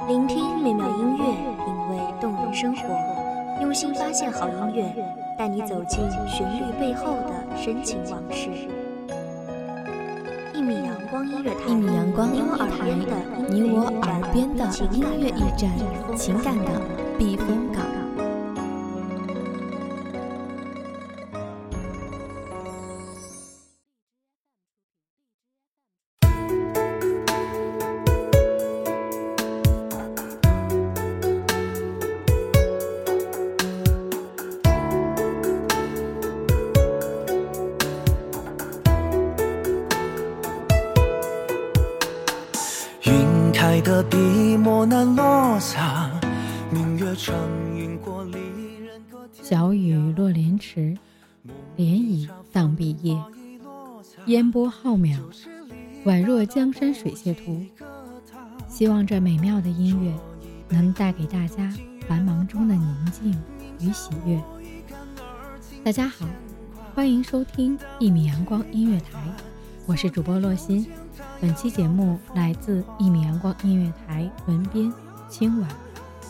聆听美妙音乐，品味动人生活，用心发现好音乐，带你走进旋律背后的深情往事。一米阳光音乐台，你我耳边的音乐驿站，情感的避风港。 云开的笔墨难落下，明月穿云过离人隔天。 小雨落莲池，涟漪荡碧叶，烟波浩渺，宛若江山水榭图。希望这美妙的音乐能带给大家繁忙中的宁静与喜悦。大家好，欢迎收听一米阳光音乐台，我是主播洛心。本期节目来自一米阳光音乐台文编清婉。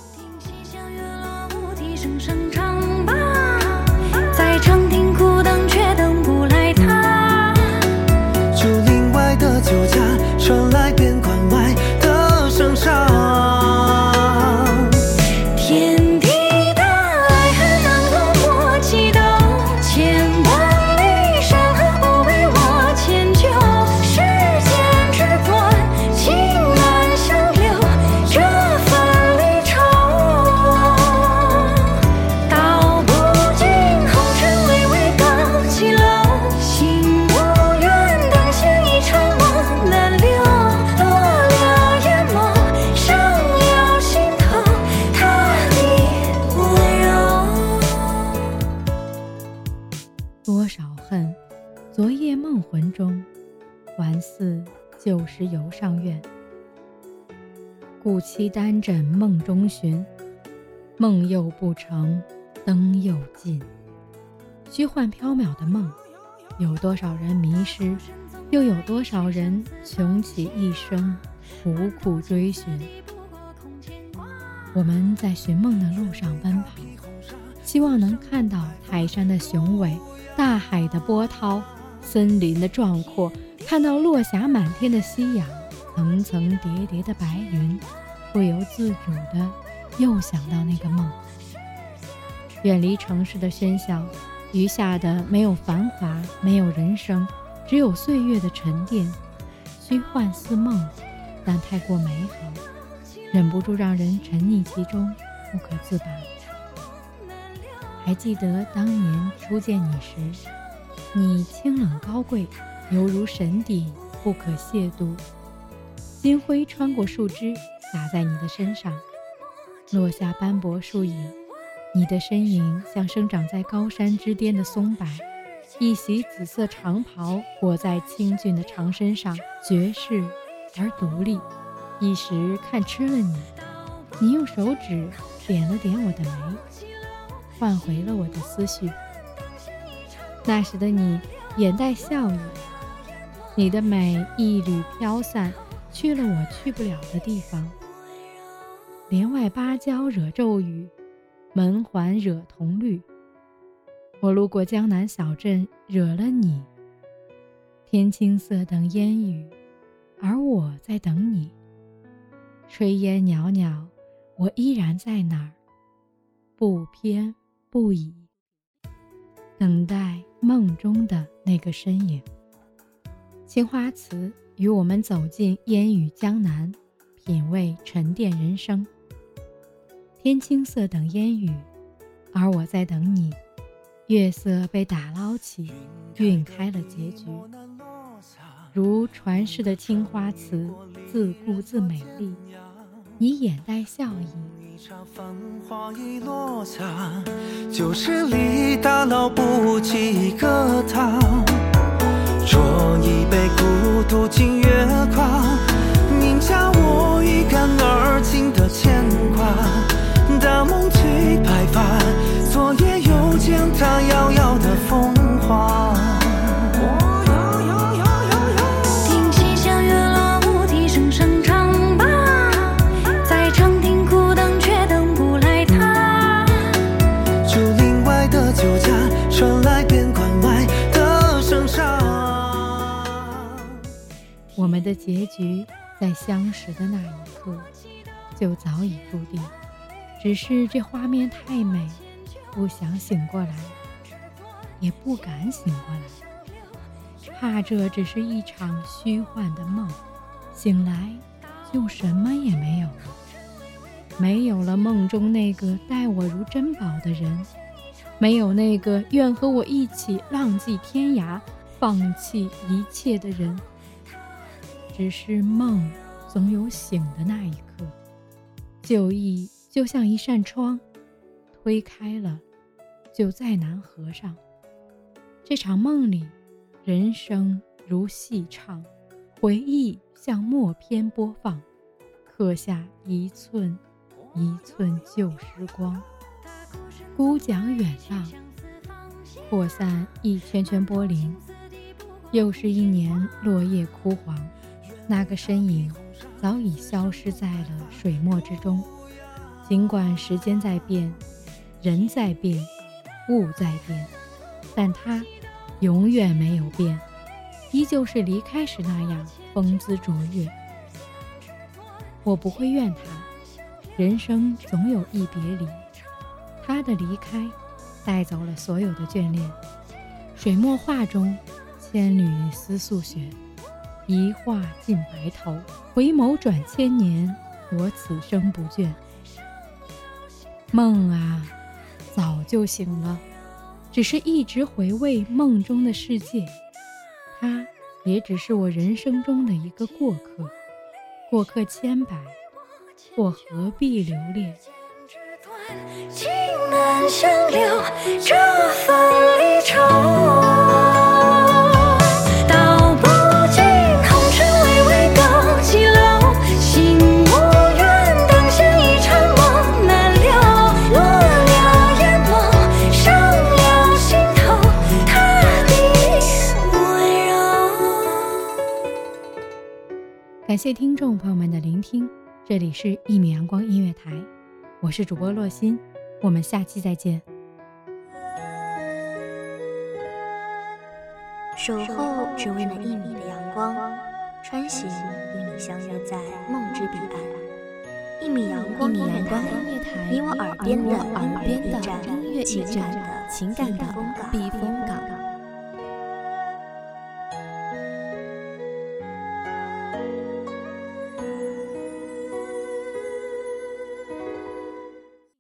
在长亭苦等却等不来他， 竹林外的酒家传来边关外的声响。 天地的爱恨难容我祈祷，千万里山河不为我迁就。世间之短，情难相留，这份离愁。道不尽红尘巍巍高起楼，心无缘等闲一场梦难留。落了眼眸，伤了心头，他的温柔。 多少恨，昨夜梦魂中，还似旧时游上苑。故期单枕梦中寻，梦又不成，灯又尽。虚幻缥缈的梦，有多少人迷失，又有多少人穷其一生苦苦追寻。我们在寻梦的路上奔跑，希望能看到泰山的雄伟，大海的波涛，森林的壮阔，看到落霞满天的夕阳，层层叠叠的白云，不由自主的又想到那个梦。远离城市的喧嚣，余下的没有繁华，没有人生，只有岁月的沉淀。虚幻似梦，但太过美好，忍不住让人沉溺其中，不可自拔。还记得当年初见你时，你清冷高贵，犹如神邸，不可亵渎。金辉穿过树枝，洒在你的身上，落下斑驳树影。你的身影像生长在高山之巅的松柏，一袭紫色长袍裹在清俊的长身上，绝世而独立。一时看吃了你，你用手指点了点我的眉，唤回了我的思绪。那时的你眼带笑意，你的美一缕飘散，去了我去不了的地方。帘外芭蕉惹骤雨，门环惹铜绿。我路过江南小镇，惹了你。天青色等烟雨，而我在等你。炊烟袅袅，我依然在那儿，不偏不倚，等待梦中的那个身影。青花瓷与我们走进烟雨江南，品味沉淀人生。天青色等烟雨，而我在等你。月色被打捞起，晕开了结局。如传世的青花瓷，自顾自美丽，你眼带笑意。 繁花已落下，旧时里打捞不起一个他。酌一杯孤独尽月夸，铭下我一干而尽的牵挂。大梦最白发，昨夜又见他遥遥的风华。 听西厢月落，菩提声声唱罢，在长我们的结局在相识的那一刻就早已注定，只是这画面太美，不想醒过来，也不敢醒过来，怕这只是一场虚幻的梦，醒来就什么也没有了，没有了梦中那个待我如珍宝的人，没有那个愿和我一起浪迹天涯放弃一切的人。只是梦总有醒的那一刻，旧忆就像一扇窗，推开了就再难合上。这场梦里，人生如戏唱，回忆像默片播放，刻下一寸一寸旧时光。孤桨远浪，扩散一圈圈波粼，又是一年落叶枯黄，那个身影早已消失在了水墨之中。尽管时间在变，人在变，物在变，但他永远没有变，依旧是离开时那样风姿卓越。我不会怨他，人生总有一别离，他的离开带走了所有的眷恋。水墨画中千缕丝素雪，一画尽白头，回眸转千年，我此生不倦。梦啊，早就醒了，只是一直回味梦中的世界，它也只是我人生中的一个过客，过客千百，我何必留恋？ 情难相留，这份离愁。 感谢听众朋友们的聆听，这里是一米阳光音乐台，我是主播洛心，我们下期再见。 守候只为那1米的阳光，穿行与你相约在梦之彼岸。1米阳光音乐台，你我耳边的音乐驿站，情感的避风港。